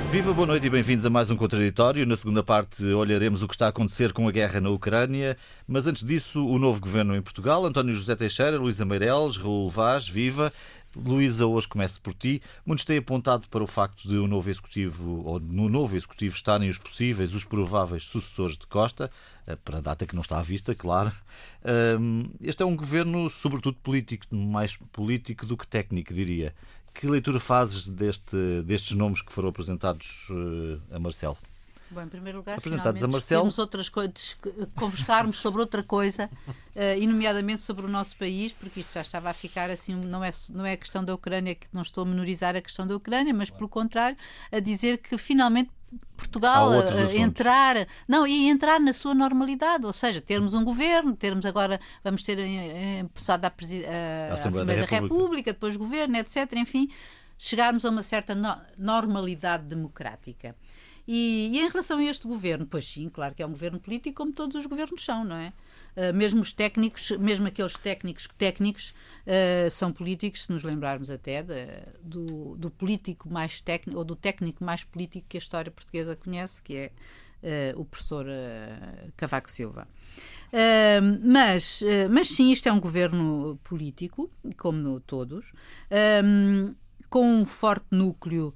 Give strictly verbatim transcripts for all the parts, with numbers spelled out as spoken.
Viva, boa noite e bem-vindos a mais um Contraditório. Na segunda parte olharemos o que está a acontecer com a guerra na Ucrânia, mas antes disso o novo governo em Portugal. António José Teixeira, Luísa Meireles, Raul Vaz, viva. Luísa, hoje começo por ti. Muitos têm apontado para o facto de o novo executivo, ou no novo executivo estarem os possíveis, os prováveis sucessores de Costa, para a data que não está à vista, claro. Este é um governo sobretudo político, mais político do que técnico, diria. Que leitura fazes deste, destes nomes que foram apresentados uh, a Marcelo? Bom, em primeiro lugar, apresentados a Marcelo, temos outras coisas, conversarmos sobre outra coisa, uh, e nomeadamente sobre o nosso país, porque isto já estava a ficar assim, não é, não é a questão da Ucrânia, que não estou a menorizar a questão da Ucrânia, mas pelo contrário, a dizer que finalmente Portugal uh, entrar, não, e entrar na sua normalidade, ou seja, termos um governo, termos agora, vamos ter empossado a, a, a Assembleia da, da República. República, depois governo, etcétera. Enfim, chegarmos a uma certa no, normalidade democrática. E, e em relação a este governo, pois sim, claro que é um governo político, como todos os governos são, não é? Uh, mesmo os técnicos, mesmo aqueles técnicos técnicos uh, são políticos, se nos lembrarmos até de, do, do político mais técnico, ou do técnico mais político que a história portuguesa conhece, que é uh, o professor uh, Cavaco Silva. Uh, mas, uh, mas sim, isto é um governo político, como todos, um, com um forte núcleo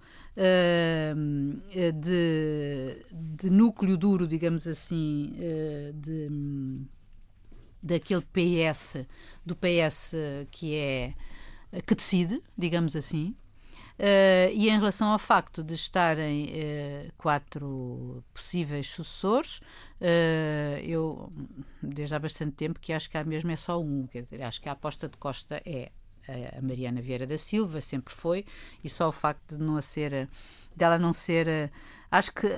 Uh, de, de núcleo duro, digamos assim, uh, de, daquele P S, do P S que é que decide, digamos assim, uh, e em relação ao facto de estarem uh, quatro possíveis sucessores, uh, eu desde há bastante tempo que acho que há mesmo é só um, quer dizer, acho que a aposta de Costa é a Mariana Vieira da Silva, sempre foi, e só o facto de não ser, dela não ser, acho que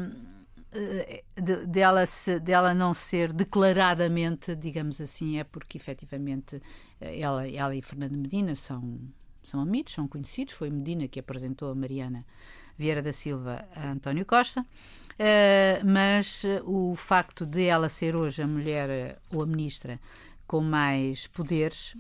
de, dela, se, dela não ser declaradamente, digamos assim, é porque efetivamente ela, ela e Fernando Medina são, são amigos, são conhecidos. Foi Medina que apresentou a Mariana Vieira da Silva a António Costa, uh, mas o facto de ela ser hoje a mulher ou a ministra com mais poderes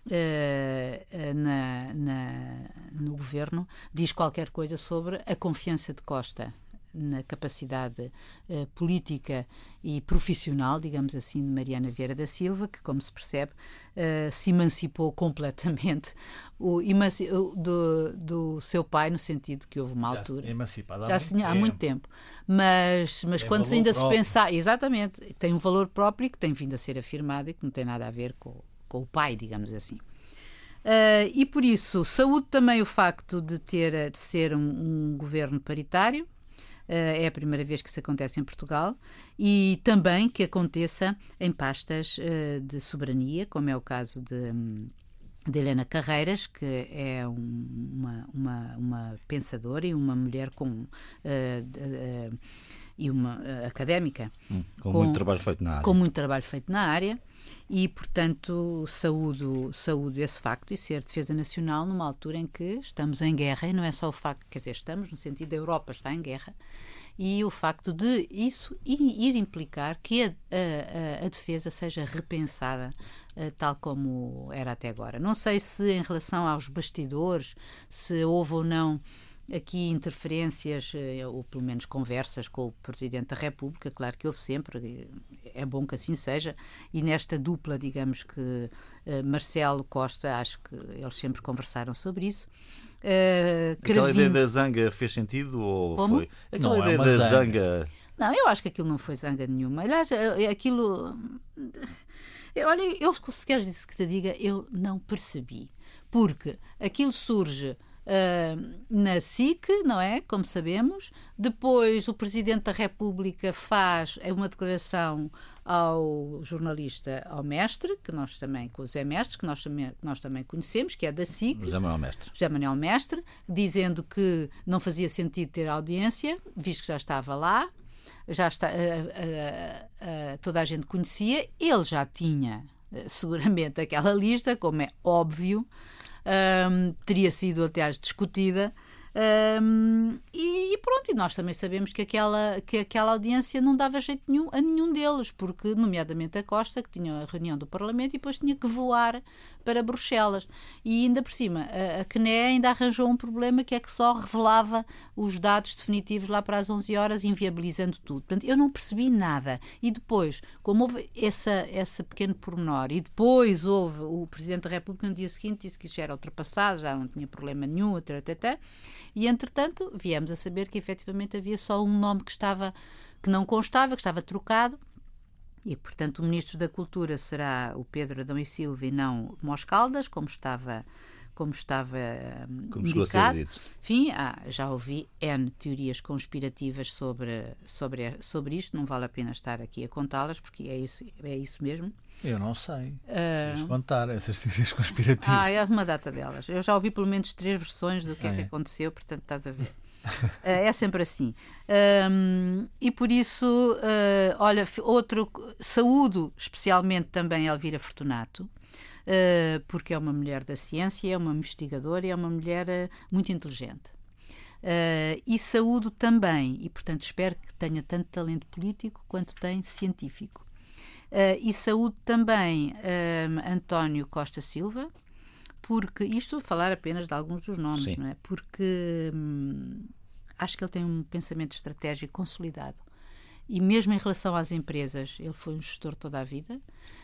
Uh, na, na, no governo, diz qualquer coisa sobre a confiança de Costa na capacidade uh, política e profissional, digamos assim, de Mariana Vieira da Silva, que, como se percebe, uh, se emancipou completamente o, emanci- do, do seu pai, no sentido que houve uma já altura. Se emancipada há já muito se tinha tempo. há muito tempo. Mas, mas quando ainda próprio. se pensar, exatamente, tem um valor próprio que tem vindo a ser afirmado e que não tem nada a ver com com o pai, digamos assim. Uh, e por isso, saúde também o facto de, ter, de ser um, um governo paritário, uh, é a primeira vez que isso acontece em Portugal, e também que aconteça em pastas uh, de soberania, como é o caso de, de Helena Carreiras, que é um, uma, uma, uma pensadora e uma mulher com... Uh, uh, e uma uh, académica. Hum, com, com muito trabalho feito na área. Com muito trabalho feito na área. E, portanto, saúdo, saúdo esse facto e ser defesa nacional numa altura em que estamos em guerra, e não é só o facto, quer dizer, estamos no sentido da Europa está em guerra, e o facto de isso ir implicar que a, a, a defesa seja repensada, tal como era até agora. Não sei se em relação aos bastidores, se houve ou não aqui interferências, ou pelo menos conversas com o Presidente da República, claro que houve sempre, é bom que assim seja, e nesta dupla, digamos que uh, Marcelo Costa, acho que eles sempre conversaram sobre isso. Uh, Aquela ideia da zanga fez sentido ou Como? foi? Aquela Não, ideia é uma da zanga. zanga... Não, eu acho que aquilo não foi zanga nenhuma. Aliás, aquilo... Olha, eu, se queres dizer que te diga, eu não percebi. Porque aquilo surge... Uh, na S I C, não é? Como sabemos. Depois o Presidente da República faz uma declaração ao jornalista, ao Mestre, que nós também, com o Zé Mestre, que nós também, nós também conhecemos, que é da S I C. José Manuel Mestre. José Manuel Mestre, dizendo que não fazia sentido ter audiência, visto que já estava lá, já está, uh, uh, uh, toda a gente conhecia, ele já tinha uh, seguramente aquela lista, como é óbvio. Um, teria sido, aliás, discutida Um, e, e pronto, e nós também sabemos que aquela, que aquela audiência não dava jeito nenhum a nenhum deles, porque, nomeadamente a Costa, que tinha a reunião do Parlamento e depois tinha que voar para Bruxelas. E ainda por cima, a, a C N E ainda arranjou um problema, que é que só revelava os dados definitivos lá para as onze horas, inviabilizando tudo. Portanto, eu não percebi nada. E depois, como houve essa, esse pequeno pormenor, e depois houve o Presidente da República no dia seguinte disse que isso já era ultrapassado, já não tinha problema nenhum, tata, tata, e entretanto viemos a saber que efetivamente havia só um nome que estava, que não constava, que estava trocado, e portanto o Ministro da Cultura será o Pedro Adão e Silva e não Mós Caldas, como estava como estava como indicado. Dito. Enfim, ah, já ouvi N teorias conspirativas sobre, sobre, sobre isto, não vale a pena estar aqui a contá-las, porque é isso, é isso mesmo. Eu não sei. Uh... Vamos contar essas teorias conspirativas. Ah, é uma data delas. Eu já ouvi pelo menos três versões do que ah, é que é. aconteceu, portanto estás a ver. uh, é sempre assim. Um, e por isso, uh, olha, outro, saúdo especialmente também Elvira Fortunato, Uh, porque é uma mulher da ciência, é uma investigadora e é uma mulher uh, muito inteligente. Uh, e saúdo também, e portanto espero que tenha tanto talento político quanto tem científico. Uh, e saúdo também uh, António Costa Silva, porque isto vou falar apenas de alguns dos nomes, Sim. não é? Porque hum, acho que ele tem um pensamento estratégico consolidado. E mesmo em relação às empresas, ele foi um gestor toda a vida.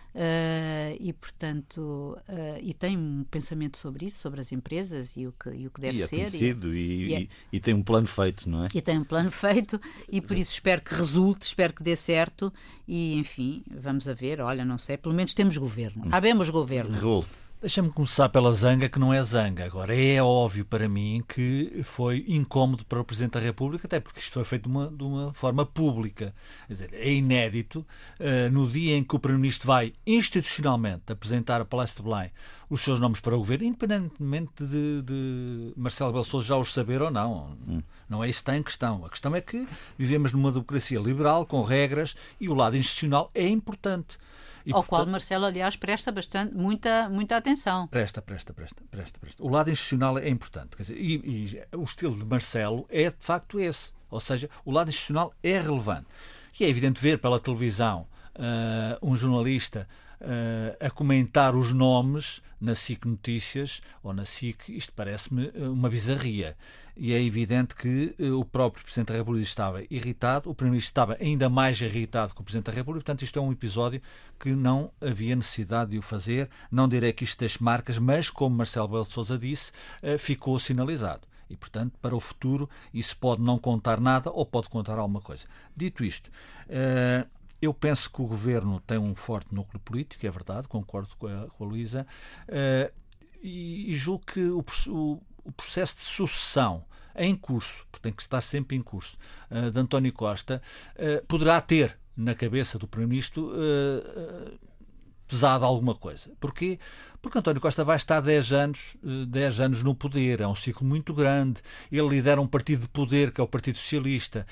Uh, e portanto uh, e tem um pensamento sobre isso, sobre as empresas e o que, e o que deve e é ser conhecido, e, e, e, é, e, e tem um plano feito, não é? E tem um plano feito e por isso espero que resulte, espero que dê certo e enfim, vamos a ver, olha, não sei, pelo menos temos governo, habemos governo. Raul. Deixa-me começar pela zanga, que não é zanga. Agora, é óbvio para mim que foi incómodo para o Presidente da República, até porque isto foi feito de uma, de uma forma pública. Quer dizer, é inédito, uh, no dia em que o Primeiro-Ministro vai institucionalmente apresentar a Palácio de Belém os seus nomes para o Governo, independentemente de, de Marcelo Rebelo de Sousa já os saber ou não. Hum. Não é isso que está em questão. A questão é que vivemos numa democracia liberal, com regras, e o lado institucional é importante. E, ao portanto, qual Marcelo, aliás, presta bastante, muita, muita atenção. Presta, presta, presta, presta, presta. O lado institucional é importante. Quer dizer, e, e o estilo de Marcelo é, de facto, esse. Ou seja, o lado institucional é relevante. E é evidente ver pela televisão uh, um jornalista uh, a comentar os nomes na S I C Notícias ou na S I C, isto parece-me uma bizarria. E é evidente que uh, o próprio Presidente da República estava irritado, o Primeiro-Ministro estava ainda mais irritado que o Presidente da República, portanto isto é um episódio que não havia necessidade de o fazer, não direi que isto deixe marcas, mas como Marcelo Rebelo de Sousa disse, uh, ficou sinalizado. E, portanto, para o futuro, isso pode não contar nada ou pode contar alguma coisa. Dito isto, uh, eu penso que o Governo tem um forte núcleo político, é verdade, concordo com a, com a Luísa, uh, e, e julgo que o, o o processo de sucessão em curso, porque tem que estar sempre em curso, uh, de António Costa, uh, poderá ter na cabeça do Primeiro-Ministro uh, uh, pesado alguma coisa. Porquê? Porque António Costa vai estar dez anos, dez anos no poder, é um ciclo muito grande, ele lidera um partido de poder que é o Partido Socialista.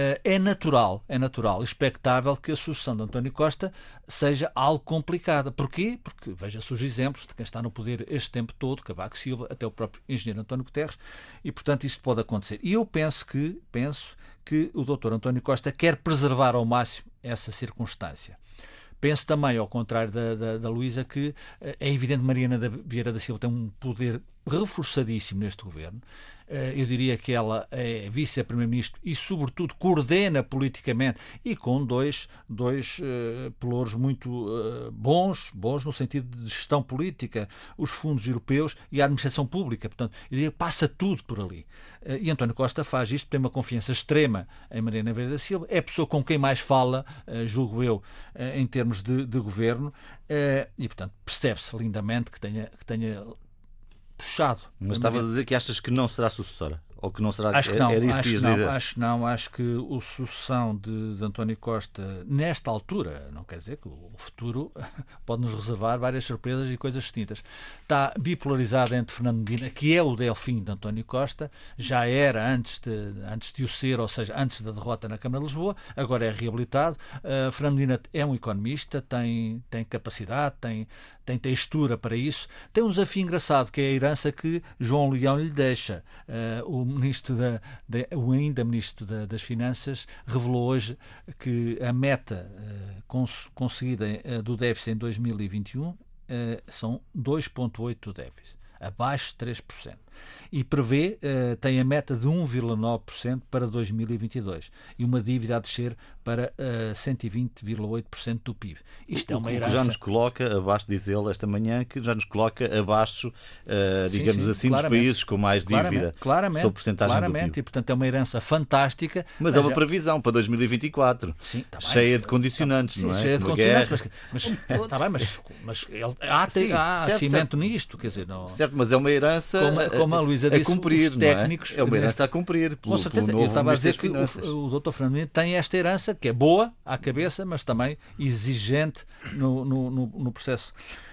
É natural, é natural, expectável que a sucessão de António Costa seja algo complicada. Porquê? Porque veja-se os exemplos de quem está no poder este tempo todo, Cavaco Silva, até o próprio engenheiro António Guterres, e portanto isto pode acontecer. E eu penso que, penso que o doutor António Costa quer preservar ao máximo essa circunstância. Penso também, ao contrário da, da, da Luísa, que é evidente que Mariana Vieira da Silva tem um poder reforçadíssimo neste governo. Eu diria que ela é vice-primeiro-ministro e, sobretudo, coordena politicamente e com dois, dois uh, pelouros muito uh, bons, bons no sentido de gestão política, os fundos europeus e a administração pública. Portanto, eu diria que passa tudo por ali. Uh, e António Costa faz isto, tem uma confiança extrema em Mariana Vieira da Silva, é a pessoa com quem mais fala, uh, julgo eu, uh, em termos de, de governo, uh, e, portanto, percebe-se lindamente que tenha... Que tenha puxado. Mas estavas a dizer que achas que não será sucessora? Ou que não será... Acho que não, era isso acho, que que não dizer. acho que não, acho que a sucessão de, de António Costa nesta altura, não quer dizer que o futuro pode nos reservar várias surpresas e coisas distintas. Está bipolarizado entre Fernando Medina, que é o Delfim de António Costa, já era antes de, antes de o ser, ou seja, antes da derrota na Câmara de Lisboa, agora é reabilitado. Uh, Fernando Medina é um economista, tem, tem capacidade, tem, tem textura para isso, tem um desafio engraçado que é herança que João Leão lhe deixa. Uh, o ministro da, da, o ainda ministro da, das Finanças revelou hoje que a meta uh, cons, conseguida uh, do déficit em dois mil e vinte e um uh, são dois vírgula oito por cento do déficit, abaixo de três por cento. E prevê, uh, tem a meta de um vírgula nove por cento para dois mil e vinte e dois e uma dívida a descer para uh, cento e vinte vírgula oito por cento do P I B. Isto o, é uma herança. Já nos coloca abaixo, diz ele esta manhã, que já nos coloca abaixo, uh, sim, digamos sim, assim, claramente. dos países com mais dívida claramente, sobre porcentagem claramente, do P I B. E, portanto, é uma herança fantástica. Mas, mas é uma já... previsão para dois mil e vinte e quatro. Sim, tá bem, cheia de condicionantes, sim, não é? Cheia de Uma condicionantes, guerra. mas, mas, tá bem, mas, mas ele, há, sim, há certo, cimento certo. nisto, quer dizer, não... Certo, mas é uma herança como, a, como a, Luísa disse, a cumprir, os técnicos, não é? É uma herança neste... a cumprir. Pelo, Com certeza, pelo novo eu estava a dizer que o, o doutor Fernando Medina tem esta herança que é boa à cabeça, mas também exigente no, no, no, no processo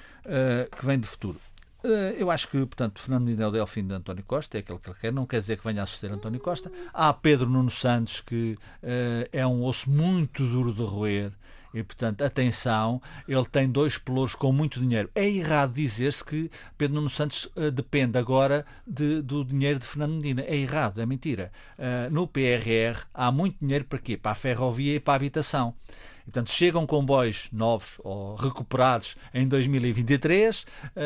uh, que vem de futuro. Uh, eu acho que, portanto, Fernando Medina é o Delfim de António Costa, é aquele que ele quer, não quer dizer que venha a suceder António Costa. Há Pedro Nuno Santos, que uh, é um osso muito duro de roer. E, portanto, atenção, ele tem dois pelouros com muito dinheiro. É errado dizer-se que Pedro Nuno Santos uh, depende agora de, do dinheiro de Fernando Medina. É errado, é mentira. Uh, no P R R há muito dinheiro para quê? Para a ferrovia e para a habitação. E, portanto, chegam comboios novos ou recuperados em dois mil e vinte e três.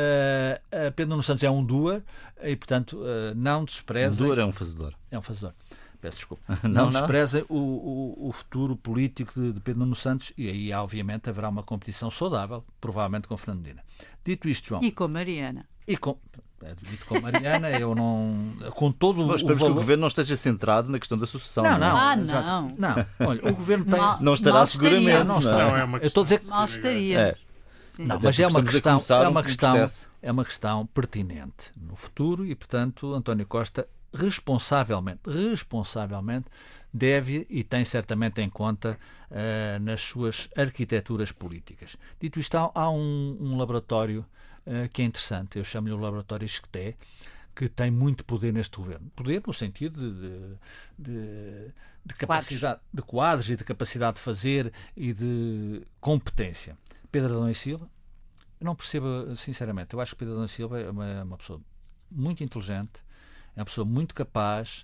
Uh, uh, Pedro Nuno Santos é um doer e, portanto, uh, não desprezem... Um doer é um fazedor. É um fazedor. Peço desculpa. Não, não, não. desprezem o, o, o futuro político de, de Pedro Nuno Santos e aí, obviamente, haverá uma competição saudável, provavelmente com Fernando Medina. Dito isto, João... E com Mariana. E com... É dito com Mariana, eu não... Com todo Mas o esperamos valor... que o Governo não esteja centrado na questão da sucessão. Não, não. Ah, exato. não. Não, olha, o Governo tem... Mal- Não estará mal seguramente. estaria. Não, Não, está. Não, é uma Eu estou a dizer que... Mal estaria. É. Sim. Não, Até mas é uma porque estamos a questão, começar é uma um questão, processo. é uma questão pertinente no futuro e, portanto, António Costa responsavelmente, responsavelmente deve e tem certamente em conta uh, nas suas arquiteturas políticas. Dito isto, há, há um, um laboratório uh, que é interessante, eu chamo-lhe o Laboratório Isqueté, que tem muito poder neste governo. Poder no sentido de, de, de, de capacidade, de quadros e de capacidade de fazer e de competência. Pedro Adão e Silva, eu não percebo, sinceramente, eu acho que Pedro Adão e Silva é uma, uma pessoa muito inteligente, é uma pessoa muito capaz,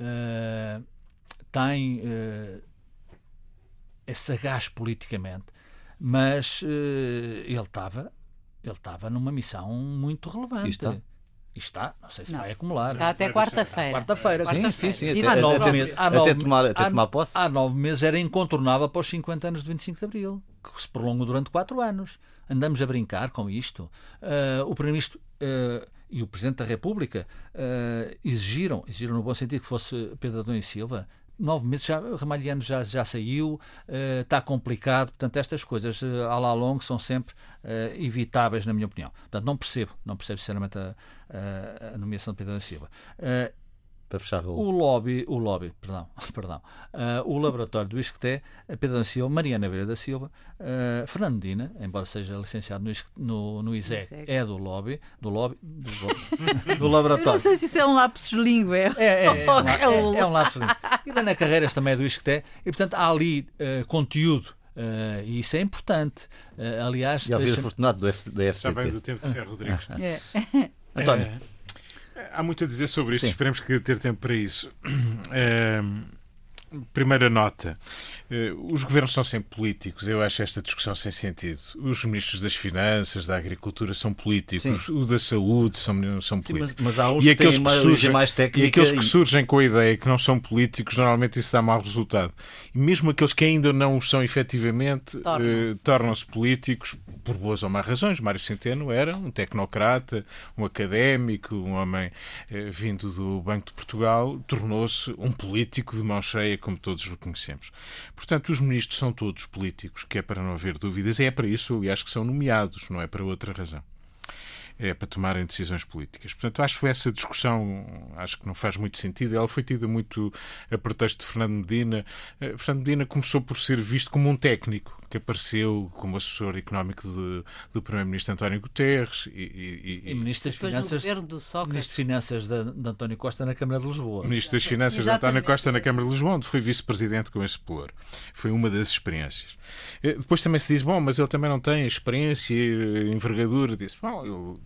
uh, tem, uh, é sagaz politicamente, mas uh, ele estava ele estava numa missão muito relevante. E está? E está, não sei se Não. vai acumular. Está até quarta-feira. Quarta-feira, Quarta-feira. Sim, sim, sim. E Até, há vai- nove até, meses- há até nove- tomar, até há- tomar posse. Há nove meses era incontornável para os cinquenta anos de vinte e cinco de Abril, que se prolongam durante quatro anos. Andamos a brincar com isto. Uh, o Primeiro-Ministro uh, e o Presidente da República uh, exigiram, exigiram no bom sentido que fosse Pedro Adão e Silva. Nove meses, já, Ramalhiano já, já saiu, uh, está complicado. Portanto, estas coisas uh, à la longue são sempre uh, evitáveis, na minha opinião. Portanto, não percebo, não percebo sinceramente a, a, a nomeação de Pedro Adão e Silva. Uh, Para fechar o... O lobby, o lobby, perdão, perdão, uh, o laboratório do Isqueté, Pedro da Silva, Mariana Vieira da Silva, uh, Fernando Medina, embora seja licenciado no, no, no I S E C, é do lobby, do lobby, do, do, do Eu laboratório. não sei se isso é um lapsus língua. É, é, é, é, um, la- Raul. é, é um lapso. E Helena Carreiras também é do Isqueté, e portanto há ali uh, conteúdo, uh, e isso é importante. Uh, aliás, E Alvira deixa-me- Fortunato do F- da Já F C vem T. do tempo de Ferro Rodrigues. É. António. É, há muito a dizer sobre isto, Sim. esperemos que ter tempo para isso. É, primeira nota. É, os governos são sempre políticos, eu acho esta discussão sem sentido. Os ministros das Finanças, da Agricultura são políticos, Sim. o da Saúde são, são Sim, políticos. mas, mas há uns E que aqueles têm que, uma origem surgem, mais e técnica. aqueles que e- surgem com a ideia que não são políticos, normalmente isso dá mau resultado. E mesmo aqueles que ainda não o são efetivamente, Tornam-se. eh, tornam-se políticos por boas ou más razões. Mário Centeno era um tecnocrata, um académico, um homem eh, vindo do Banco de Portugal, tornou-se um político de mão cheia, como todos o conhecemos. Portanto, os ministros são todos políticos, que é para não haver dúvidas, e é para isso, aliás, que são nomeados, não é para outra razão. É para tomarem decisões políticas. Portanto, acho essa discussão, acho que não faz muito sentido. Ela foi tida muito a pretexto de Fernando Medina. Eh, Fernando Medina começou por ser visto como um técnico, que apareceu como assessor económico de, do primeiro-ministro António Guterres e, e, E e Ministro das Depois no Finanças, governo do Sócrates. Ministro de Finanças de, de António Costa na Câmara de Lisboa. Ministro das Finanças de Exatamente. António Costa na Câmara de Lisboa, onde foi vice-presidente com esse pelouro. Foi uma das experiências. Eh, Depois também se diz, bom, mas ele também não tem a experiência, a envergadura disso. Bom, ele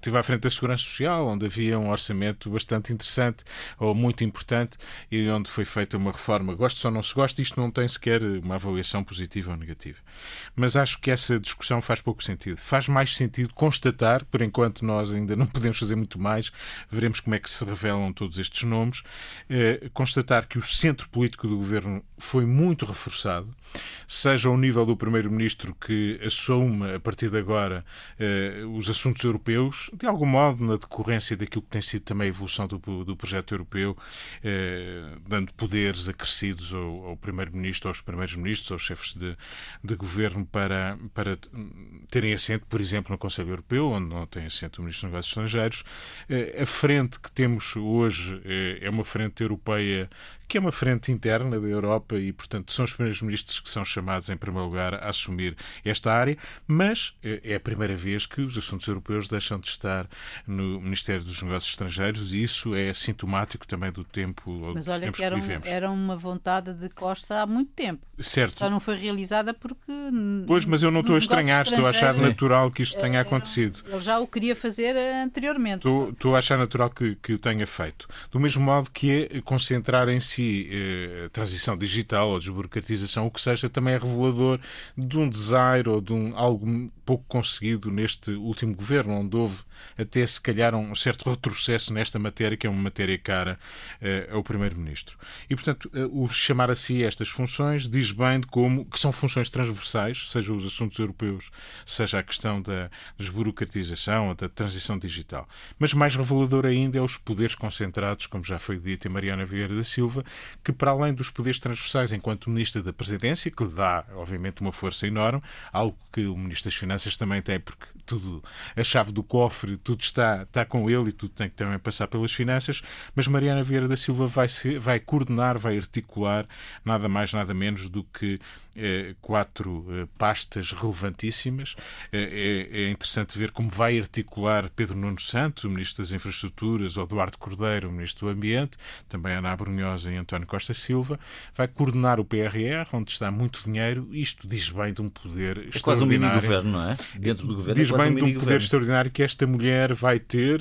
estive à frente da Segurança Social, onde havia um orçamento bastante interessante ou muito importante e onde foi feita uma reforma. Gosto ou não se gosta, isto não tem sequer uma avaliação positiva ou negativa. Mas acho que essa discussão faz pouco sentido. Faz mais sentido constatar, por enquanto nós ainda não podemos fazer muito mais, veremos como é que se revelam todos estes nomes, eh, constatar que o centro político do governo foi muito reforçado, seja ao nível do Primeiro-Ministro, que assume a partir de agora eh, os assuntos europeus, de algum modo na decorrência daquilo que tem sido também a evolução do, do projeto europeu, eh, dando poderes acrescidos ao, ao Primeiro-Ministro, aos Primeiros-Ministros, aos chefes de, de governo para, para terem assento, por exemplo, no Conselho Europeu, onde não tem assento o Ministro dos Negócios Estrangeiros. Eh, a frente que temos hoje eh, é uma frente europeia que é uma frente interna da Europa e, portanto, são os primeiros-ministros que são chamados, em primeiro lugar, a assumir esta área, mas é a primeira vez que os assuntos europeus deixam de estar no Ministério dos Negócios Estrangeiros e isso é sintomático também do tempo Mas olha que era, um, vivemos. Era uma vontade de Costa há muito tempo. Certo. Só não foi realizada porque... Pois, mas eu não estou a estranhar, estou a achar natural que isto tenha acontecido. Ele já o queria fazer anteriormente. Estou, estou a achar natural que, que o tenha feito. Do mesmo modo que é concentrar em si a transição digital ou desburocratização, o que seja, também é revelador de um desaire ou de um, algo pouco conseguido neste último governo, onde houve até se calhar um certo retrocesso nesta matéria, que é uma matéria cara uh, ao Primeiro-Ministro. E, portanto, uh, o chamar a si estas funções diz bem de como que são funções transversais, seja os assuntos europeus, seja a questão da desburocratização ou da transição digital. Mas mais revelador ainda é os poderes concentrados, como já foi dito em Mariana Vieira da Silva, que para além dos poderes transversais enquanto Ministro da Presidência, que lhe dá, obviamente, uma força enorme, algo que o Ministro das Finanças também tem, porque tudo, a chave do cofre, tudo está, está com ele e tudo tem que também passar pelas finanças, mas Mariana Vieira da Silva vai, ser, vai coordenar, vai articular nada mais, nada menos do que eh, quatro eh, pastas relevantíssimas. Eh, é, é interessante ver como vai articular Pedro Nuno Santos, o Ministro das Infraestruturas, ou Eduardo Cordeiro, o Ministro do Ambiente, também Ana Abrunhosa e António Costa Silva, vai coordenar o P R R, onde está muito dinheiro. Isto diz bem de um poder é extraordinário. Quase um mini-governo, não é? Dentro do governo diz é quase bem um de um poder mini-governo. extraordinário que esta mulher vai ter,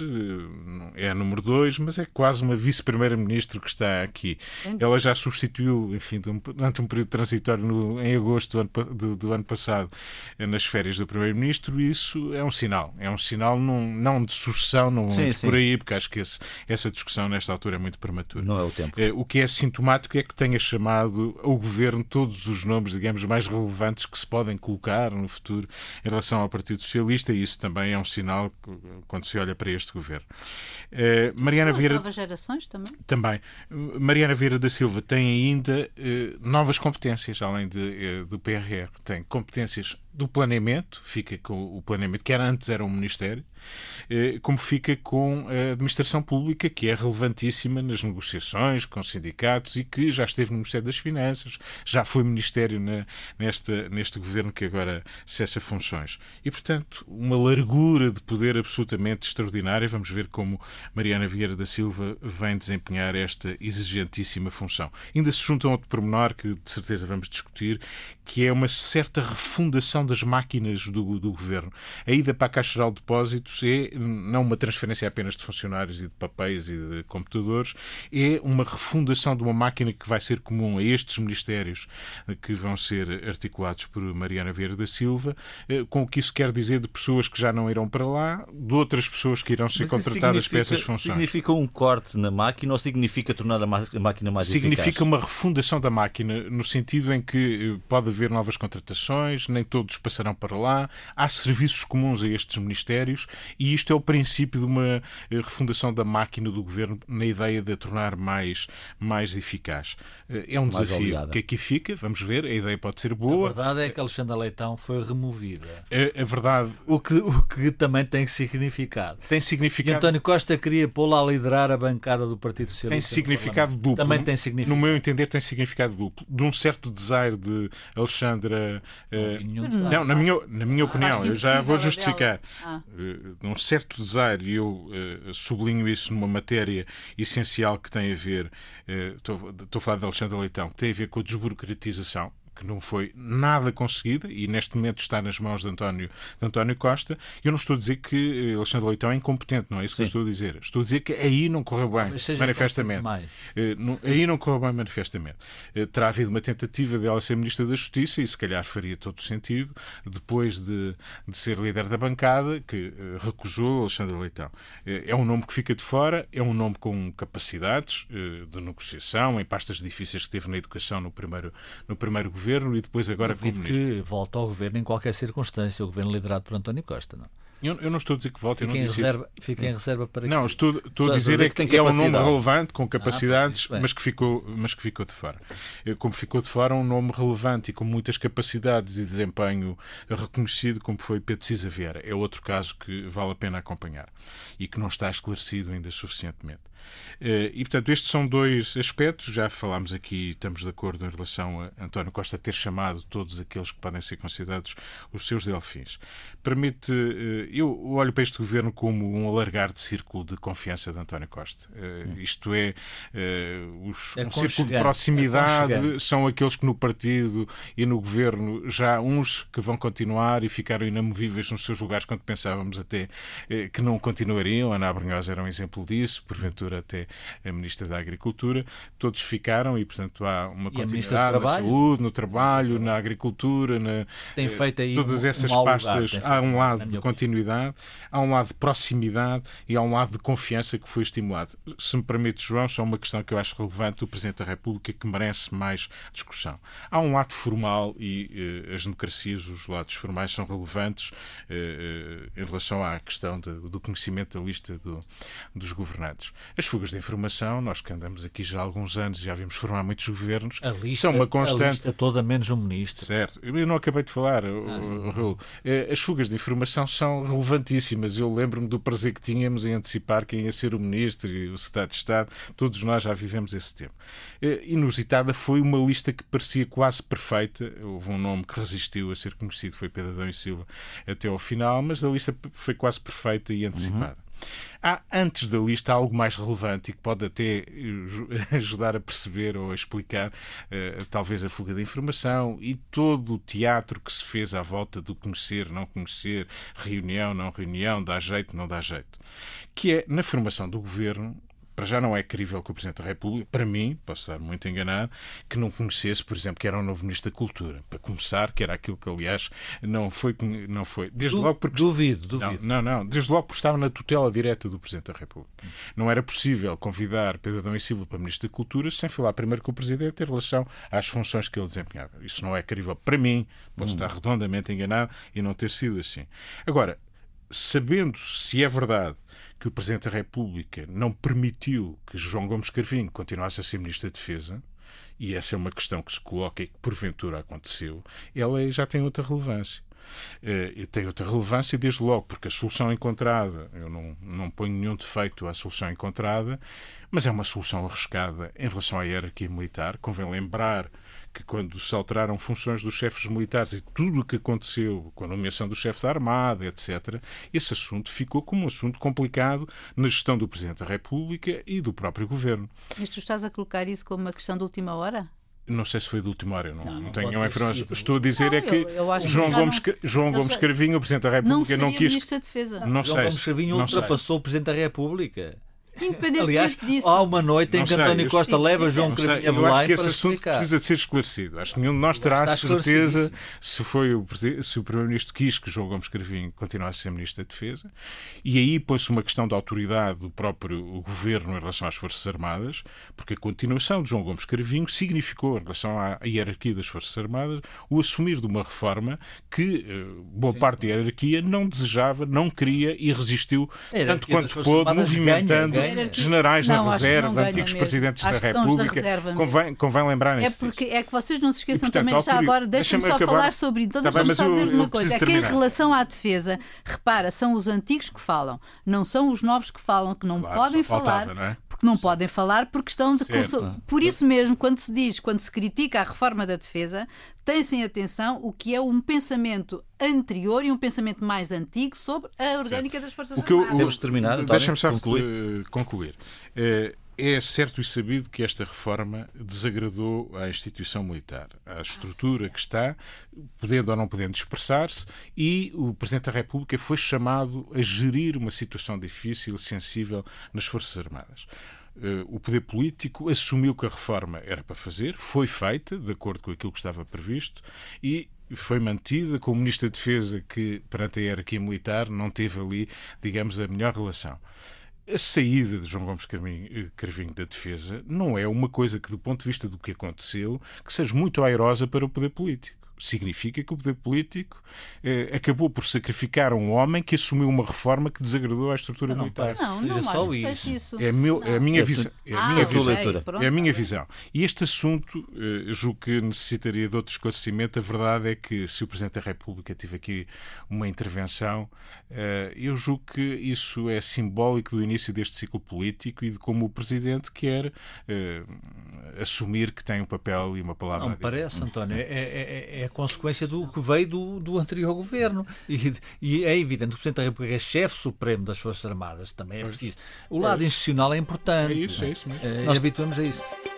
é a número dois, mas é quase uma vice-primeira-ministra que está aqui. Ela já substituiu, enfim, durante um período transitório no, em agosto do ano, do, do ano passado, nas férias do primeiro-ministro, e isso é um sinal. É um sinal não, não de sucessão, não sim, é sim. por aí, porque acho que esse, essa discussão nesta altura é muito prematura. Não é o tempo. É, o que é sintomático é que tenha chamado ao governo todos os nomes, digamos, mais relevantes que se podem colocar no futuro em relação ao Partido Socialista, e isso também é um sinal quando se olha para este governo. Uh, Mariana São Vieira... novas gerações também? Também. Mariana Vieira da Silva tem ainda uh, novas competências, além de, uh, do P R R. Tem competências do planeamento, fica com o planeamento, que era, antes era um ministério, como fica com a administração pública, que é relevantíssima nas negociações com sindicatos e que já esteve no Ministério das Finanças, já foi ministério na, nesta, neste governo que agora cessa funções. E, portanto, uma largura de poder absolutamente extraordinária. Vamos ver como Mariana Vieira da Silva vem desempenhar esta exigentíssima função. Ainda se junta um outro pormenor que, de certeza, vamos discutir, que é uma certa refundação das máquinas do, do governo. A ida para a Caixa Geral de Depósitos é não uma transferência apenas de funcionários e de papéis e de computadores, é uma refundação de uma máquina que vai ser comum a estes ministérios que vão ser articulados por Mariana Vieira da Silva, com o que isso quer dizer de pessoas que já não irão para lá, de outras pessoas que irão ser contratadas para essas funções. Significa um corte na máquina ou significa tornar a máquina mais significa eficaz? Significa uma refundação da máquina, no sentido em que pode haver novas contratações, nem todos passarão para lá, há serviços comuns a estes ministérios e isto é o princípio de uma refundação da máquina do governo na ideia de a tornar mais, mais eficaz. É um mais desafio aliada. que aqui fica, vamos ver, a ideia pode ser boa. A verdade é que Alexandra Leitão foi removida. A, a verdade... O que, o que também tem significado. Tem E significado... António Costa queria pô-la a liderar a bancada do Partido Socialista. Tem significado duplo. Também tem significado. No meu entender, tem significado duplo. De um certo desaire de Alexandra... Não, uh, não, na minha, na minha opinião, eu já vou justificar. Ah. Uh, de um certo desaire, e eu uh, sublinho isso numa matéria essencial que tem a ver, uh, estou, estou a falar de Alexandra Leitão, que tem a ver com a desburocratização, que não foi nada conseguida e neste momento está nas mãos de António, de António Costa. Eu não estou a dizer que Alexandre Leitão é incompetente, não é isso que Sim. eu estou a dizer. Estou a dizer que aí não correu bem, manifestamente. Uh, não, aí não correu bem, manifestamente. Uh, terá havido uma tentativa dela ser Ministra da Justiça e se calhar faria todo o sentido, depois de, de ser líder da bancada, que uh, recusou Alexandre Leitão. Uh, é um nome que fica de fora, é um nome com capacidades uh, de negociação, em pastas difíceis que teve na educação no primeiro, no primeiro governo e depois agora como ministro. Que volta ao governo em qualquer circunstância, o governo liderado por António Costa, não? Eu, eu não estou a dizer que volte, fica, eu não em disse reserva, isso. fica em reserva para Não, quê? estou, estou a dizer, dizer é que, que é um nome relevante, com capacidades, ah, mas, que ficou, mas que ficou de fora. Como ficou de fora, um nome relevante e com muitas capacidades e desempenho reconhecido, como foi Pedro Cisa Vieira. É outro caso que vale a pena acompanhar e que não está esclarecido ainda suficientemente. E, portanto, estes são dois aspectos. Já falámos aqui, estamos de acordo em relação a António Costa ter chamado todos aqueles que podem ser considerados os seus delfins. Permite, eu olho para este governo como um alargar de círculo de confiança de António Costa. Hum. Isto é, os, um círculo de proximidade são aqueles que no partido e no governo já uns que vão continuar e ficaram inamovíveis nos seus lugares quando pensávamos até que não continuariam. Ana Abrunhosa era um exemplo disso, porventura até a Ministra da Agricultura, todos ficaram e, portanto, há uma e continuidade na saúde, no trabalho, na agricultura, na, tem feito aí todas um, essas um pastas. Lugar, há um lado de continuidade, há um lado de proximidade e há um lado de confiança que foi estimulado. Se me permite, João, só uma questão que eu acho relevante do Presidente da República que merece mais discussão. Há um lado formal e eh, as democracias, os lados formais são relevantes eh, em relação à questão de, do conhecimento da lista do, dos governantes. As fugas de informação, nós que andamos aqui já há alguns anos e já vimos formar muitos governos, a lista, são uma constante. A lista toda menos um ministro. Certo. Eu não acabei de falar, ah, Raul. As fugas de informação são relevantíssimas. Eu lembro-me do prazer que tínhamos em antecipar quem ia ser o ministro e o secretário de Estado. Todos nós já vivemos esse tempo. Inusitada foi uma lista que parecia quase perfeita. Houve um nome que resistiu a ser conhecido, foi Pedro Adão e Silva, até ao final, mas a lista foi quase perfeita e antecipada. Uhum. Há, antes da lista, algo mais relevante e que pode até ajudar a perceber ou a explicar uh, talvez a fuga de informação e todo o teatro que se fez à volta do conhecer, não conhecer, reunião, não reunião, dá jeito, não dá jeito. Que é, na formação do governo, para já não é crível que o Presidente da República, para mim, posso estar muito enganado, que não conhecesse, por exemplo, que era um novo Ministro da Cultura. Para começar, que era aquilo que, aliás, não foi... Não foi. Desde du, logo porque... Duvido, duvido. Não, não, não. Desde logo porque estava na tutela direta do Presidente da República. Hum. Não era possível convidar Pedro Adão e Silva para Ministro da Cultura sem falar primeiro com o Presidente em relação às funções que ele desempenhava. Isso não é crível para mim, posso hum. estar redondamente enganado e não ter sido assim. Agora, sabendo se é verdade que o Presidente da República não permitiu que João Gomes Cravinho continuasse a ser Ministro da Defesa, e essa é uma questão que se coloca e que porventura aconteceu, ela já tem outra relevância. Uh, tem outra relevância desde logo, porque a solução encontrada, eu não, não ponho nenhum defeito à solução encontrada, mas é uma solução arriscada em relação à hierarquia militar. Convém lembrar que quando se alteraram funções dos chefes militares e tudo o que aconteceu com a nomeação do chefe da Armada, etcétera, esse assunto ficou como um assunto complicado na gestão do Presidente da República e do próprio Governo. Mas tu estás a colocar isso como uma questão de última hora? Não sei se foi de última hora, eu não, não, não tenho não informação. Estou a dizer não, é que eu, eu João que Gomes, não, João Gomes Cravinho, o Presidente da República, não, não quis. Ministro da Defesa. Não, não João sei, Gomes Cravinho ultrapassou o Presidente da República. Independentemente Aliás, disso. há uma noite em não que sei, António Costa sim, leva sim, João sim. Cravinho a eu acho Belém que esse para assunto explicar. precisa de ser esclarecido. Acho que nenhum de nós terá a certeza se foi o, se o Primeiro-Ministro quis que João Gomes Cravinho continuasse a ser Ministro da Defesa. E aí põe-se uma questão de autoridade do próprio Governo em relação às Forças Armadas, porque a continuação de João Gomes Cravinho significou, em relação à hierarquia das Forças Armadas, o assumir de uma reforma que boa Sim. parte da hierarquia não desejava, não queria e resistiu tanto quanto pôde, movimentando ganha, ganha. generais não, na reserva, antigos mesmo. presidentes acho da República. Da convém, convém lembrarem-se É porque é que vocês não se esqueçam e, portanto, também, já agora, deixem-me só acabar. falar sobre isso. Então, tá deixem-me só dizer eu, uma eu coisa. É terminar. que em relação à defesa, repara, são os antigos que falam, não são os novos que falam, que não claro, podem faltava, falar. Não é? Porque não Sim. podem falar por questão de... Certo. Por isso mesmo, quando se diz, quando se critica a reforma da defesa, tem-se em atenção o que é um pensamento anterior e um pensamento mais antigo sobre a orgânica certo. das Forças o que eu, Armadas. Temos de terminar, Deixa-me só concluir. concluir. Uh, É certo e sabido que esta reforma desagradou à instituição militar, à estrutura que está, podendo ou não podendo expressar-se, e o Presidente da República foi chamado a gerir uma situação difícil e sensível nas Forças Armadas. O poder político assumiu que a reforma era para fazer, foi feita, de acordo com aquilo que estava previsto, e foi mantida com o Ministro da Defesa, que, perante a hierarquia militar, não teve ali, digamos, a melhor relação. A saída de João Gomes Cravinho da Defesa não é uma coisa que, do ponto de vista do que aconteceu, que seja muito airosa para o poder político. Significa que o poder político eh, acabou por sacrificar um homem que assumiu uma reforma que desagradou à estrutura não, militar. Não, não, seja só isso. isso. É, meu, é a minha É visão. É a Ah, minha ok, visão. pronto, É a minha tá bem. visão. E este assunto, eh, julgo que necessitaria de outro esclarecimento. A verdade é que, se o Presidente da República teve aqui uma intervenção, eh, eu julgo que isso é simbólico do início deste ciclo político e de como o Presidente quer eh, assumir que tem um papel e uma palavra Não a me dizer. parece, António. É, é, é a consequência do que veio do, do anterior governo. E, e é evidente que o Presidente da República é chefe supremo das Forças Armadas. Também é preciso. O lado institucional é importante. É isso, é isso mesmo. Eh, Nós- habituamos a isso.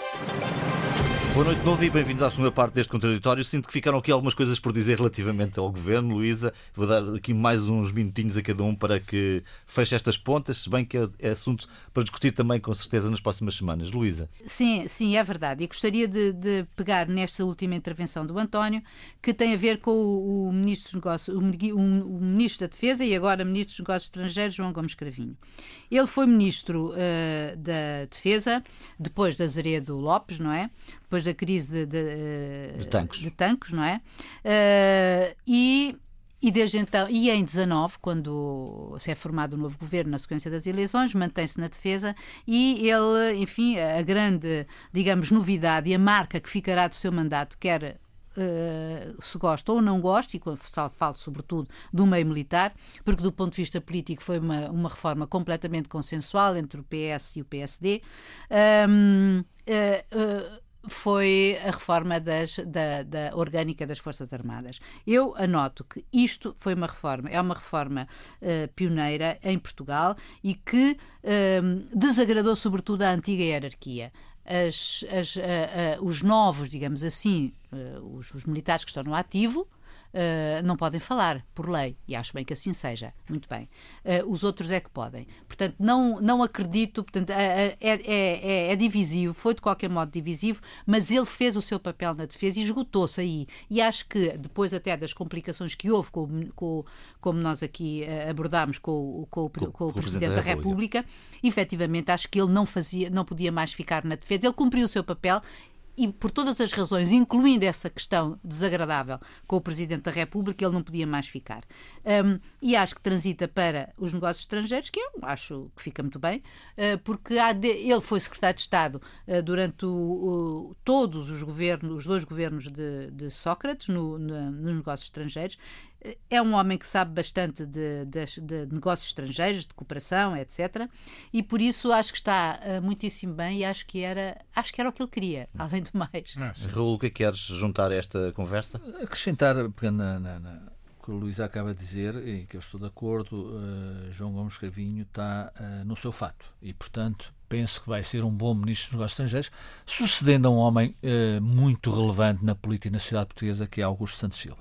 Boa noite de novo e bem-vindos à segunda parte deste contraditório. Sinto que ficaram aqui algumas coisas por dizer relativamente ao Governo. Luísa, vou dar aqui mais uns minutinhos a cada um para que feche estas pontas, se bem que é- é assunto para discutir também com certeza nas próximas semanas. Luísa. Sim, sim, é verdade. E gostaria de, de pegar nesta última intervenção do António, que tem a ver com o, o Ministro dos Negócios, o, Mini- o- o Ministro da Defesa e agora Ministro dos Negócios Estrangeiros, João Gomes Cravinho. Ele foi Ministro eh, da Defesa depois de Azeredo Lopes, não é? Depois da crise de, eh, De tanques. de tanques, não é? Eh, e E desde então, e em dezanove, quando se é formado o novo governo na sequência das eleições, mantém-se na defesa e ele, enfim, a grande, digamos, novidade e a marca que ficará do seu mandato, quer uh, se gosta ou não gosta, e quando falo sobretudo do meio militar, porque do ponto de vista político foi uma, uma reforma completamente consensual entre o P S e o P S D. Um, uh, uh, foi a reforma das, da, da orgânica das Forças Armadas. Eu anoto que isto foi uma reforma, é uma reforma uh, pioneira em Portugal e que uh, desagradou sobretudo a antiga hierarquia. As, as, uh, uh, os novos, digamos assim, uh, os, os militares que estão no ativo, Uh, não podem falar, por lei, e acho bem que assim seja, muito bem. Uh, os outros é que podem. Portanto, não, não acredito, portanto, é, é, é, é divisivo, foi de qualquer modo divisivo, mas ele fez o seu papel na defesa e esgotou-se aí. E acho que, depois até das complicações que houve, com, com, como nós aqui uh, abordámos com, com, com, com, com o Presidente da República, efetivamente acho que ele não, fazia, não podia mais ficar na defesa. Ele cumpriu o seu papel e por todas as razões, incluindo essa questão desagradável com o Presidente da República, ele não podia mais ficar. Um, e acho que transita para os negócios estrangeiros, que eu acho que fica muito bem, uh, porque há de, ele foi Secretário de Estado uh, durante o, o, todos os governos, os dois governos de, de Sócrates, no, no, nos negócios estrangeiros. É um homem que sabe bastante de, de, de negócios estrangeiros, de cooperação, etcétera. E por isso acho que está uh, muitíssimo bem e acho que era, acho que era o que ele queria, além do mais. Ah, Raul, o que é que queres juntar a esta conversa? Acrescentar, pegando na, na, na, o que o Luís acaba de dizer, e que eu estou de acordo, uh, João Gomes Cravinho está uh, no seu fato e, portanto, penso que vai ser um bom Ministro dos Negócios Estrangeiros, sucedendo a um homem uh, muito relevante na política e na sociedade portuguesa, que é Augusto Santos Silva.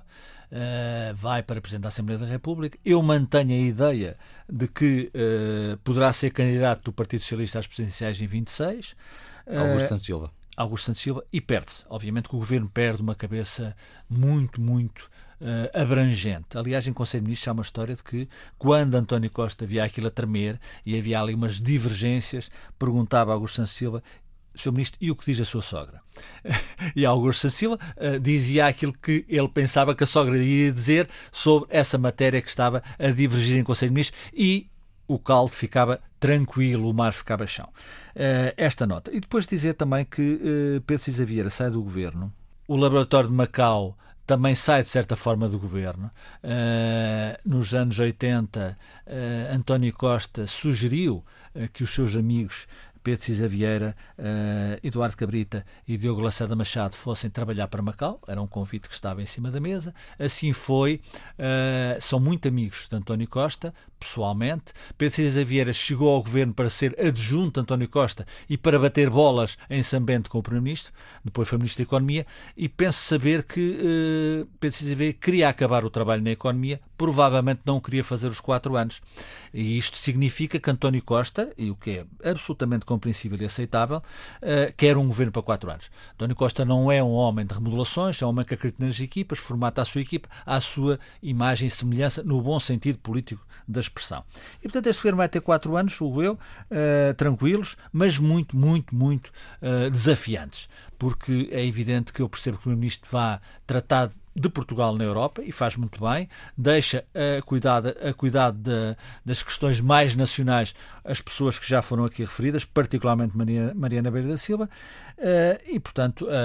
Uh, vai para Presidente da Assembleia da República. Eu mantenho a ideia de que uh, poderá ser candidato do Partido Socialista às presidenciais em vinte e seis. Uh, Augusto Santos Silva. Augusto Santos Silva, e perde-se. Obviamente que o governo perde uma cabeça muito, muito uh, abrangente. Aliás, em Conselho de Ministros há uma história de que, quando António Costa via aquilo a tremer e havia ali umas divergências, perguntava a Augusto Santos Silva: senhor Ministro, e o que diz a sua sogra? E Augusto Santos Silva uh, dizia aquilo que ele pensava que a sogra iria dizer sobre essa matéria que estava a divergir em Conselho de Ministros, e o caldo ficava tranquilo, o mar ficava chão. Uh, esta nota. E depois dizer também que uh, Pedro Cisa Vieira sai do governo, o laboratório de Macau também sai de certa forma do governo. Uh, nos anos oitenta, uh, António Costa sugeriu uh, que os seus amigos Pedro Cisa Vieira, uh, Eduardo Cabrita e Diogo Lacerda Machado fossem trabalhar para Macau. Era um convite que estava em cima da mesa. Assim foi. Uh, são muito amigos de António Costa, pessoalmente. Pedro Cisa Vieira chegou ao governo para ser adjunto de António Costa e para bater bolas em São Bento com o Primeiro-Ministro. Depois foi Ministro da Economia. E penso saber que uh, Pedro Cisa Vieira queria acabar o trabalho na economia, provavelmente não queria fazer os quatro anos. E isto significa que António Costa, e o que é absolutamente compreensível e aceitável, uh, quer um governo para quatro anos. António Costa não é um homem de remodelações, é um homem que acredita nas equipas, formata a sua equipa à sua imagem e semelhança, no bom sentido político da expressão. E, portanto, este governo vai ter quatro anos, julgo eu, uh, tranquilos, mas muito, muito, muito uh, desafiantes. Porque é evidente que eu percebo que o Primeiro-Ministro vai tratar de Portugal na Europa, e faz muito bem, deixa a cuidado, a cuidado de, das questões mais nacionais as pessoas que já foram aqui referidas, particularmente Maria, Mariana Beira da Silva, uh, e, portanto, uh,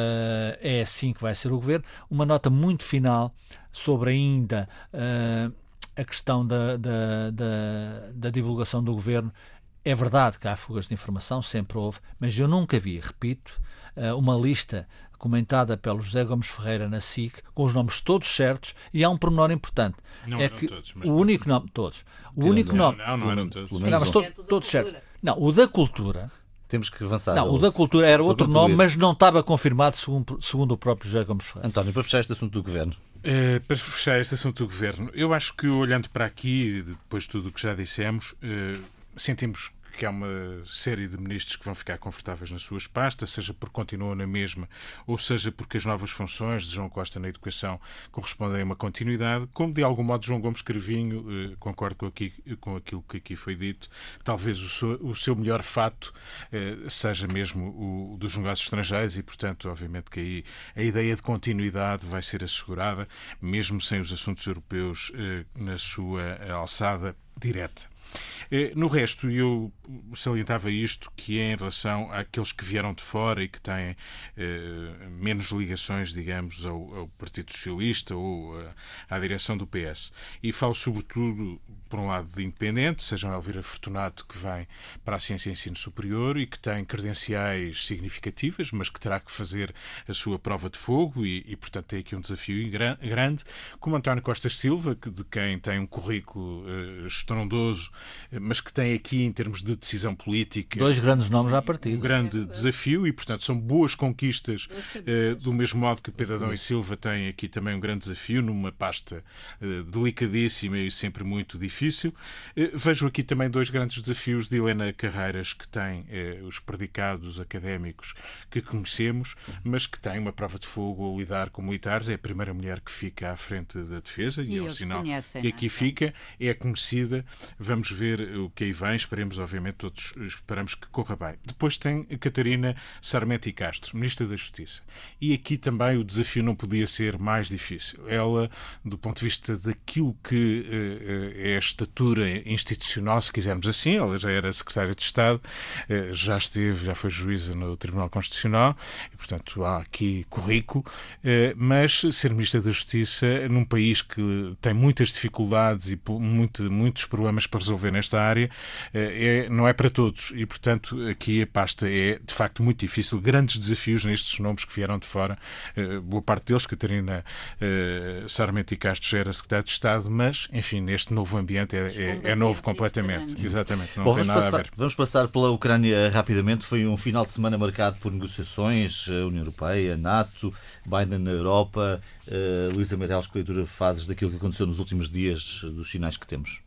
é assim que vai ser o governo. Uma nota muito final sobre ainda uh, a questão da, da, da, da divulgação do governo. É verdade que há fugas de informação, sempre houve, mas eu nunca vi, repito, uh, uma lista comentada pelo José Gomes Ferreira na S I C, com os nomes todos certos, e há um pormenor importante. Não é eram que todos, mas o único nome, todos. O único não, nome. Não, não eram todos. Não, mas to, todos certos. Não, o da cultura. Temos que avançar. Não, o da cultura era outro concluir. nome, mas não estava confirmado segundo, segundo o próprio José Gomes Ferreira. António, para fechar este assunto do governo. Uh, para fechar este assunto do governo, eu acho que olhando para aqui, depois de tudo o que já dissemos, uh, sentimos que há uma série de ministros que vão ficar confortáveis nas suas pastas, seja porque continuam na mesma, ou seja porque as novas funções de João Costa na educação correspondem a uma continuidade. Como de algum modo João Gomes Cravinho, eh, concordo com, aqui, com aquilo que aqui foi dito, talvez o seu, o seu melhor fato eh, seja mesmo o dos negócios estrangeiros e, portanto, obviamente que aí a ideia de continuidade vai ser assegurada, mesmo sem os assuntos europeus eh, na sua alçada direta. No resto, eu salientava isto, que é em relação àqueles que vieram de fora e que têm eh, menos ligações, digamos, ao, ao Partido Socialista ou a, à direção do P S. E falo sobretudo, por um lado, de independentes, sejam Elvira Fortunato, que vem para a Ciência e Ensino Superior e que tem credenciais significativas, mas que terá que fazer a sua prova de fogo e, e portanto, tem aqui um desafio grande, como António Costa Silva, que, de quem tem um currículo eh, estrondoso, mas que tem aqui, em termos de decisão política, dois grandes nomes à partida. Um grande desafio e, portanto, são boas conquistas, eh, do mesmo modo que Pedro Adão e Silva tem aqui também um grande desafio, numa pasta eh, delicadíssima e sempre muito difícil. Eh, vejo aqui também dois grandes desafios de Helena Carreiras, que tem eh, os predicados académicos que conhecemos, mas que tem uma prova de fogo a lidar com militares. É a primeira mulher que fica à frente da defesa e, e é um sinal. Conhecem, e aqui não? fica, é conhecida. Vamos ver o que aí vem, esperemos, obviamente, todos esperamos que corra bem. Depois tem Catarina Sarmento e Castro, Ministra da Justiça. E aqui também o desafio não podia ser mais difícil. Ela, do ponto de vista daquilo que uh, é a estatura institucional, se quisermos assim, ela já era Secretária de Estado, uh, já esteve, já foi juíza no Tribunal Constitucional, e, portanto, há aqui currículo, uh, mas ser Ministra da Justiça num país que tem muitas dificuldades e muito, muitos problemas para resolver nesta área, é, não é para todos e, portanto, aqui a pasta é de facto muito difícil. Grandes desafios nestes nomes que vieram de fora, boa parte deles, Catarina uh, Sarmento e Castro já era Secretária de Estado, mas, enfim, neste novo ambiente é, é, é novo completamente. Exatamente, não Bom, tem vamos nada passar, a ver. Vamos passar pela Ucrânia rapidamente. Foi um final de semana marcado por negociações, a União Europeia, a NATO, Biden na Europa, uh, Luísa Meireles, que leitura fazes daquilo que aconteceu nos últimos dias, dos sinais que temos?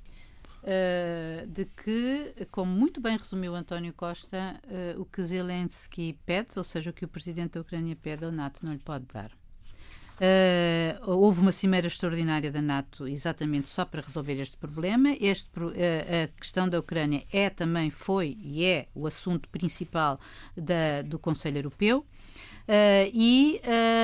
Uh, de que, como muito bem resumiu António Costa, uh, o que Zelensky pede, ou seja, o que o Presidente da Ucrânia pede ao NATO, não lhe pode dar. Uh, houve uma cimeira extraordinária da NATO exatamente só para resolver este problema. Este, uh, a questão da Ucrânia é também, foi e é o assunto principal da, do Conselho Europeu. Uh, e,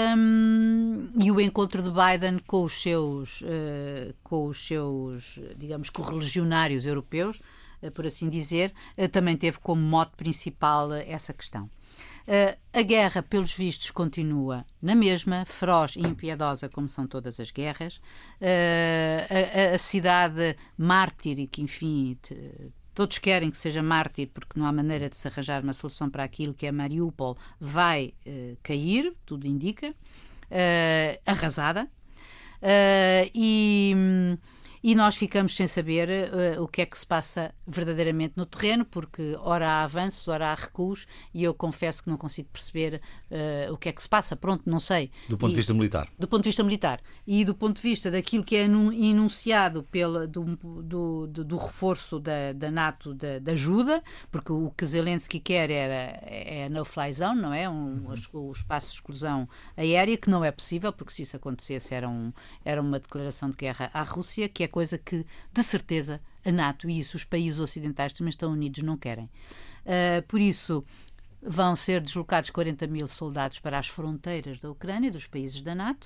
um, e o encontro de Biden com os seus, uh, com os seus digamos, correligionários europeus, uh, por assim dizer, uh, também teve como mote principal uh, essa questão. Uh, a guerra, pelos vistos, continua na mesma, feroz e impiedosa como são todas as guerras. Uh, a, a cidade mártir, e que, enfim, te, todos querem que seja mártir, porque não há maneira de se arranjar uma solução para aquilo que é Mariupol, vai uh, cair, tudo indica, uh, arrasada, uh, e... E nós ficamos sem saber uh, o que é que se passa verdadeiramente no terreno, porque ora há avanços, ora há recuos, e eu confesso que não consigo perceber uh, o que é que se passa. Pronto, não sei. Do ponto e, de vista militar. Do ponto de vista militar. E do ponto de vista daquilo que é enunciado pela, do, do, do, do reforço da, da NATO, da, da ajuda, porque o que Zelensky quer era, é a no-fly zone, não é? Um, uhum. O espaço de exclusão aérea, que não é possível, porque se isso acontecesse era, um, era uma declaração de guerra à Rússia, que é coisa que, de certeza, a NATO e isso, os países ocidentais também estão unidos, não querem. Uh, por isso, vão ser deslocados quarenta mil soldados para as fronteiras da Ucrânia, dos países da NATO,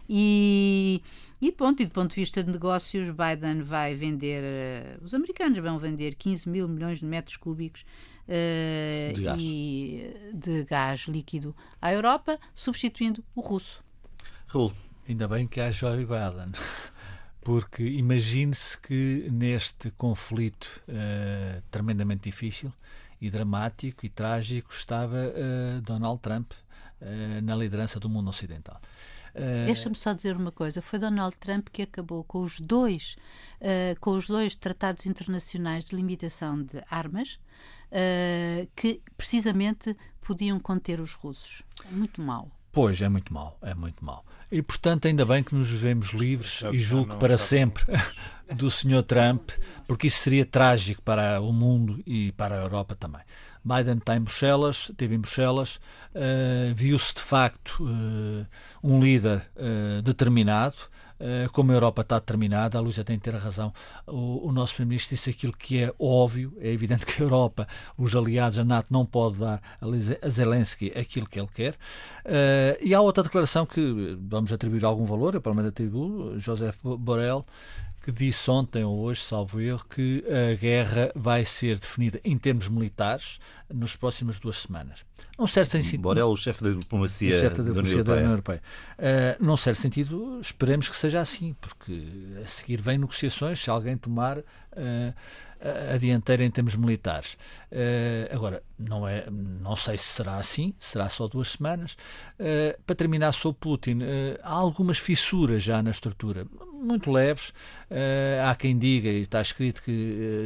e, e, pronto, e do ponto de vista de negócios, Biden vai vender, uh, os americanos vão vender quinze mil milhões de metros cúbicos uh, de, gás. E, de gás líquido à Europa, substituindo o russo. Raul. Ainda bem que há Joe Biden. Porque imagine-se que neste conflito uh, tremendamente difícil e dramático e trágico estava uh, Donald Trump uh, na liderança do mundo ocidental. Uh, Deixa-me só dizer uma coisa, foi Donald Trump que acabou com os dois, uh, com os dois tratados internacionais de limitação de armas uh, que precisamente podiam conter os russos. É muito mau. Pois, é muito mau, é muito mau. E, portanto, ainda bem que nos vivemos livres e julgo para sempre do senhor Trump, porque isso seria trágico para o mundo e para a Europa também. Biden está em Bruxelas, esteve em Bruxelas, uh, viu-se de facto uh, um líder uh, determinado. Uh, como a Europa está determinada, a Luísa tem de ter razão, o, o nosso Primeiro-Ministro disse aquilo que é óbvio, é evidente que a Europa, os aliados, a NATO não pode dar a Zelensky aquilo que ele quer, uh, e há outra declaração que vamos atribuir algum valor, eu pelo menos atribuo, Josep Borrell, que disse ontem ou hoje, salvo erro, que a guerra vai ser definida em termos militares nas próximas duas semanas. Num certo sentido, Borrell, o chefe da diplomacia, o chefe da, diplomacia da União Europeia. Uh, num certo sentido, esperemos que seja assim, porque a seguir vêm negociações, se alguém tomar uh, a dianteira em termos militares. Uh, agora, não, é, não sei se será assim, será só duas semanas. Uh, para terminar sobre Putin, uh, há algumas fissuras já na estrutura, muito leves. Uh, há quem diga, e está escrito que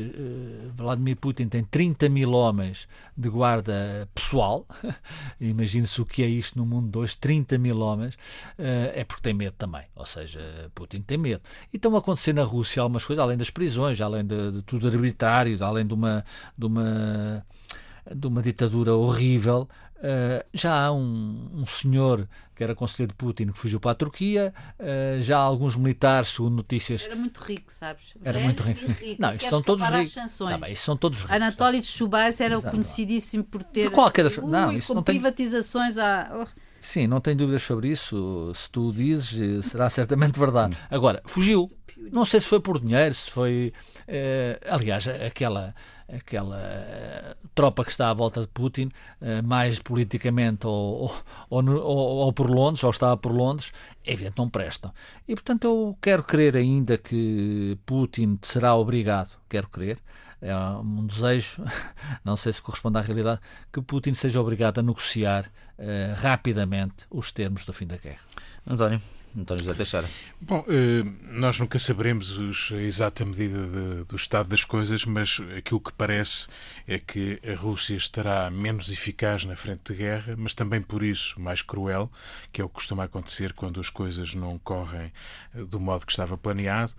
uh, uh, Vladimir Putin tem trinta mil homens de guarda pessoal. Imagine-se o que é isto no mundo de hoje, trinta mil homens. Uh, é porque tem medo também, ou seja, Putin tem medo. E estão a acontecer na Rússia algumas coisas, além das prisões, além de, de tudo arbitrário, além de uma, de uma, de uma ditadura horrível. Uh, já há um, um senhor que era conselheiro de Putin que fugiu para a Turquia, uh, já há alguns militares, segundo notícias. Era muito rico, sabes? Era muito rico. rico. Não, isso são todos ricos. Tá bem, isso são todos ricos. Anatoly de Chubais era Exato. o conhecidíssimo por ter. De qualquer... Ui, não, isso com não privatizações tem... à. Oh. Sim, não tenho dúvidas sobre isso. Se tu dizes, será certamente verdade. Agora, fugiu. Não sei se foi por dinheiro, se foi. Uh, aliás, aquela. aquela uh, tropa que está à volta de Putin, uh, mais politicamente ou, ou, ou, ou por Londres, ou estava por Londres, é evidente, não prestam. E, portanto, eu quero crer ainda que Putin será obrigado, quero crer, é um desejo, não sei se corresponde à realidade, que Putin seja obrigado a negociar uh, rapidamente os termos do fim da guerra. António. António José Teixeira. Bom, nós nunca saberemos os, a exata medida de, do estado das coisas, mas aquilo que parece é que a Rússia estará menos eficaz na frente de guerra, mas também por isso mais cruel, que é o que costuma acontecer quando as coisas não correm do modo que estava planeado,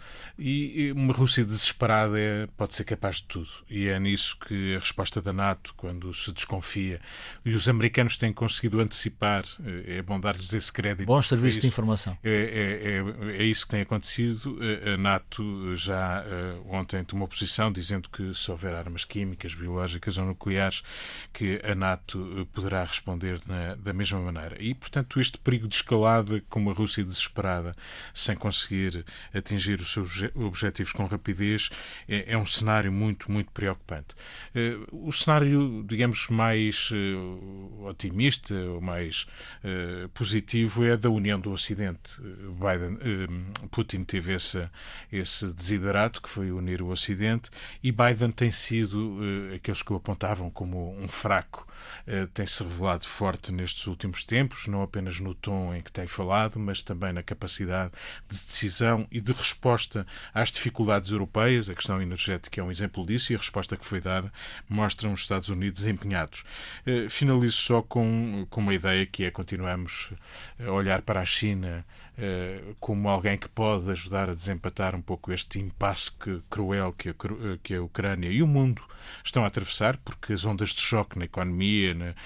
e uma Rússia desesperada é, pode ser capaz de tudo. E é nisso que a resposta da NATO, quando se desconfia, e os americanos têm conseguido antecipar, é bom dar-lhes esse crédito. Bons serviços de informação. É, é, é, é isso que tem acontecido. A NATO já uh, ontem tomou posição dizendo que se houver armas químicas, biológicas ou nucleares, que a NATO poderá responder na, da mesma maneira. E, portanto, este perigo de escalada com uma Rússia desesperada, sem conseguir atingir os seus objetivos com rapidez, é, é um cenário muito, muito preocupante. Uh, o cenário, digamos, mais uh, otimista ou mais uh, positivo é da união do Ocidente. Biden, Putin teve esse, esse desiderato, que foi unir o Ocidente, e Biden tem sido, aqueles que o apontavam como um fraco, tem-se revelado forte nestes últimos tempos, não apenas no tom em que tem falado, mas também na capacidade de decisão e de resposta às dificuldades europeias. A questão energética é um exemplo disso, e a resposta que foi dada mostra os Estados Unidos empenhados. Finalizo só com, com uma ideia, que é: continuamos a olhar para a China como alguém que pode ajudar a desempatar um pouco este impasse que, cruel que a, que a Ucrânia e o mundo estão a atravessar, porque as ondas de choque na economia, na,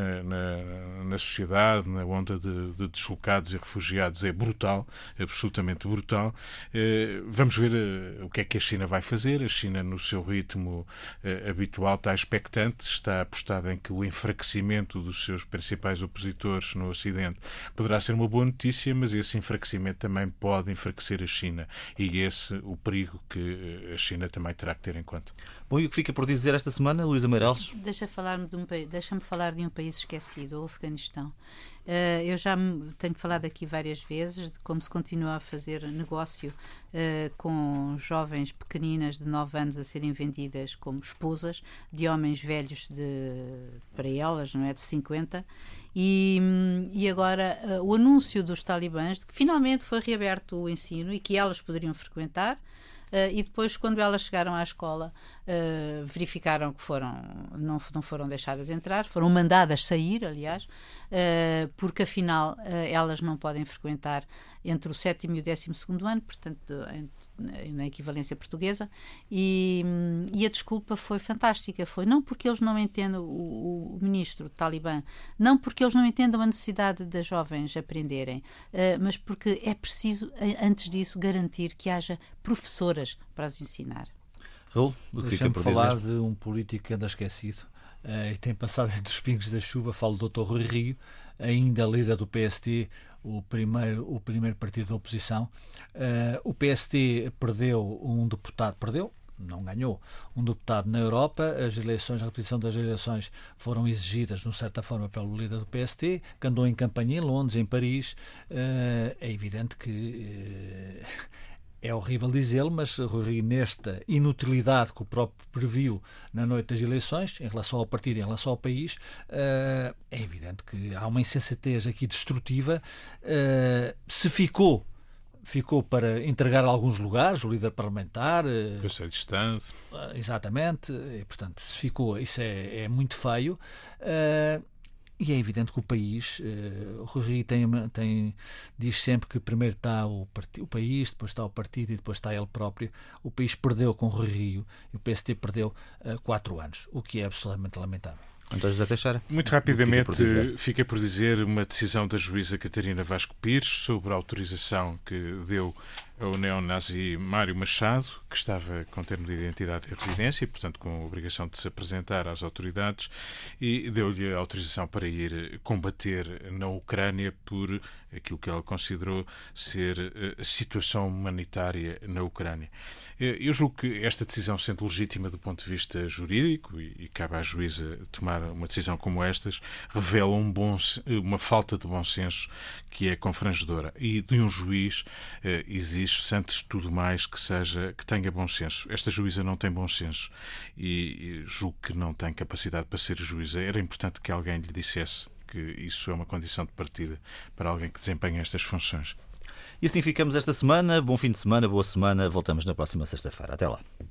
na, na sociedade, na onda de, de deslocados e refugiados é brutal, absolutamente brutal. Vamos ver o que é que a China vai fazer. A China, no seu ritmo habitual, está expectante, está apostada em que o enfraquecimento dos seus principais opositores no Ocidente poderá ser uma boa notícia, mas esse enfraquecimento também pode enfraquecer a China, e esse o perigo que a China também terá que ter em conta. Bom, e o que fica por dizer esta semana, Luísa Meireles? Deixa falar-me de um, deixa-me falar de um país esquecido, o Afeganistão. Uh, eu já tenho falado aqui várias vezes de como se continua a fazer negócio uh, com jovens pequeninas de nove anos a serem vendidas como esposas de homens velhos de, para elas, não é, de cinquenta. E, e agora uh, o anúncio dos talibãs de que finalmente foi reaberto o ensino e que elas poderiam frequentar. Uh, e depois, quando elas chegaram à escola, uh, verificaram que foram, não, não foram deixadas entrar, foram mandadas sair, aliás, uh, porque afinal uh, elas não podem frequentar entre o sétimo e o décimo segundo ano, portanto, em, na equivalência portuguesa, e, e a desculpa foi fantástica. Foi não porque eles não entendam, o, o ministro Talibã, não porque eles não entendam a necessidade das jovens aprenderem, uh, mas porque é preciso, antes disso, garantir que haja professoras para as ensinar. Raul, deixa-me falar de um político que anda esquecido uh, e tem passado entre os pingos da chuva. Falo do doutor Rui Rio, ainda líder do P S T, o primeiro, o primeiro partido da oposição. Uh, o P S T perdeu um deputado, perdeu, não ganhou, um deputado na Europa. As eleições, a repetição das eleições foram exigidas, de certa forma, pelo líder do P S T, que andou em campanha em Londres, em Paris. Uh, é evidente que... Uh, É horrível dizê-lo, mas Rui Rio, nesta inutilidade que o próprio previu na noite das eleições, em relação ao partido, em relação ao país, uh, é evidente que há uma insensatez aqui destrutiva. Uh, se ficou, ficou para entregar alguns lugares, o líder parlamentar... Uh, Conselho de Estado. Uh, exatamente, e, portanto, se ficou, isso é, é muito feio. Uh, E é evidente que o país, uh, o Rui Rio tem, tem, diz sempre que primeiro está o, part... o país, depois está o partido e depois está ele próprio. O país perdeu com o Rui Rio e o P S T perdeu uh, quatro anos, o que é absolutamente lamentável. António José Teixeira. Muito rapidamente, fica por, dizer. fica por dizer uma decisão da juíza Catarina Vasco Pires sobre a autorização que deu ao neonazi Mário Machado, que estava com termo de identidade e residência e, portanto, com a obrigação de se apresentar às autoridades, e deu-lhe a autorização para ir combater na Ucrânia por aquilo que ela considerou ser a situação humanitária na Ucrânia. Eu julgo que esta decisão, sendo legítima do ponto de vista jurídico, e cabe à juíza tomar uma decisão como estas, revela um bom, uma falta de bom senso que é confrangedora. E de um juiz exige, antes de tudo mais, que seja, que tenha bom senso. Esta juíza não tem bom senso e, e julgo que não tem capacidade para ser juíza. Era importante que alguém lhe dissesse que isso é uma condição de partida para alguém que desempenha estas funções. E assim ficamos esta semana. Bom fim de semana, boa semana. Voltamos na próxima sexta-feira. Até lá.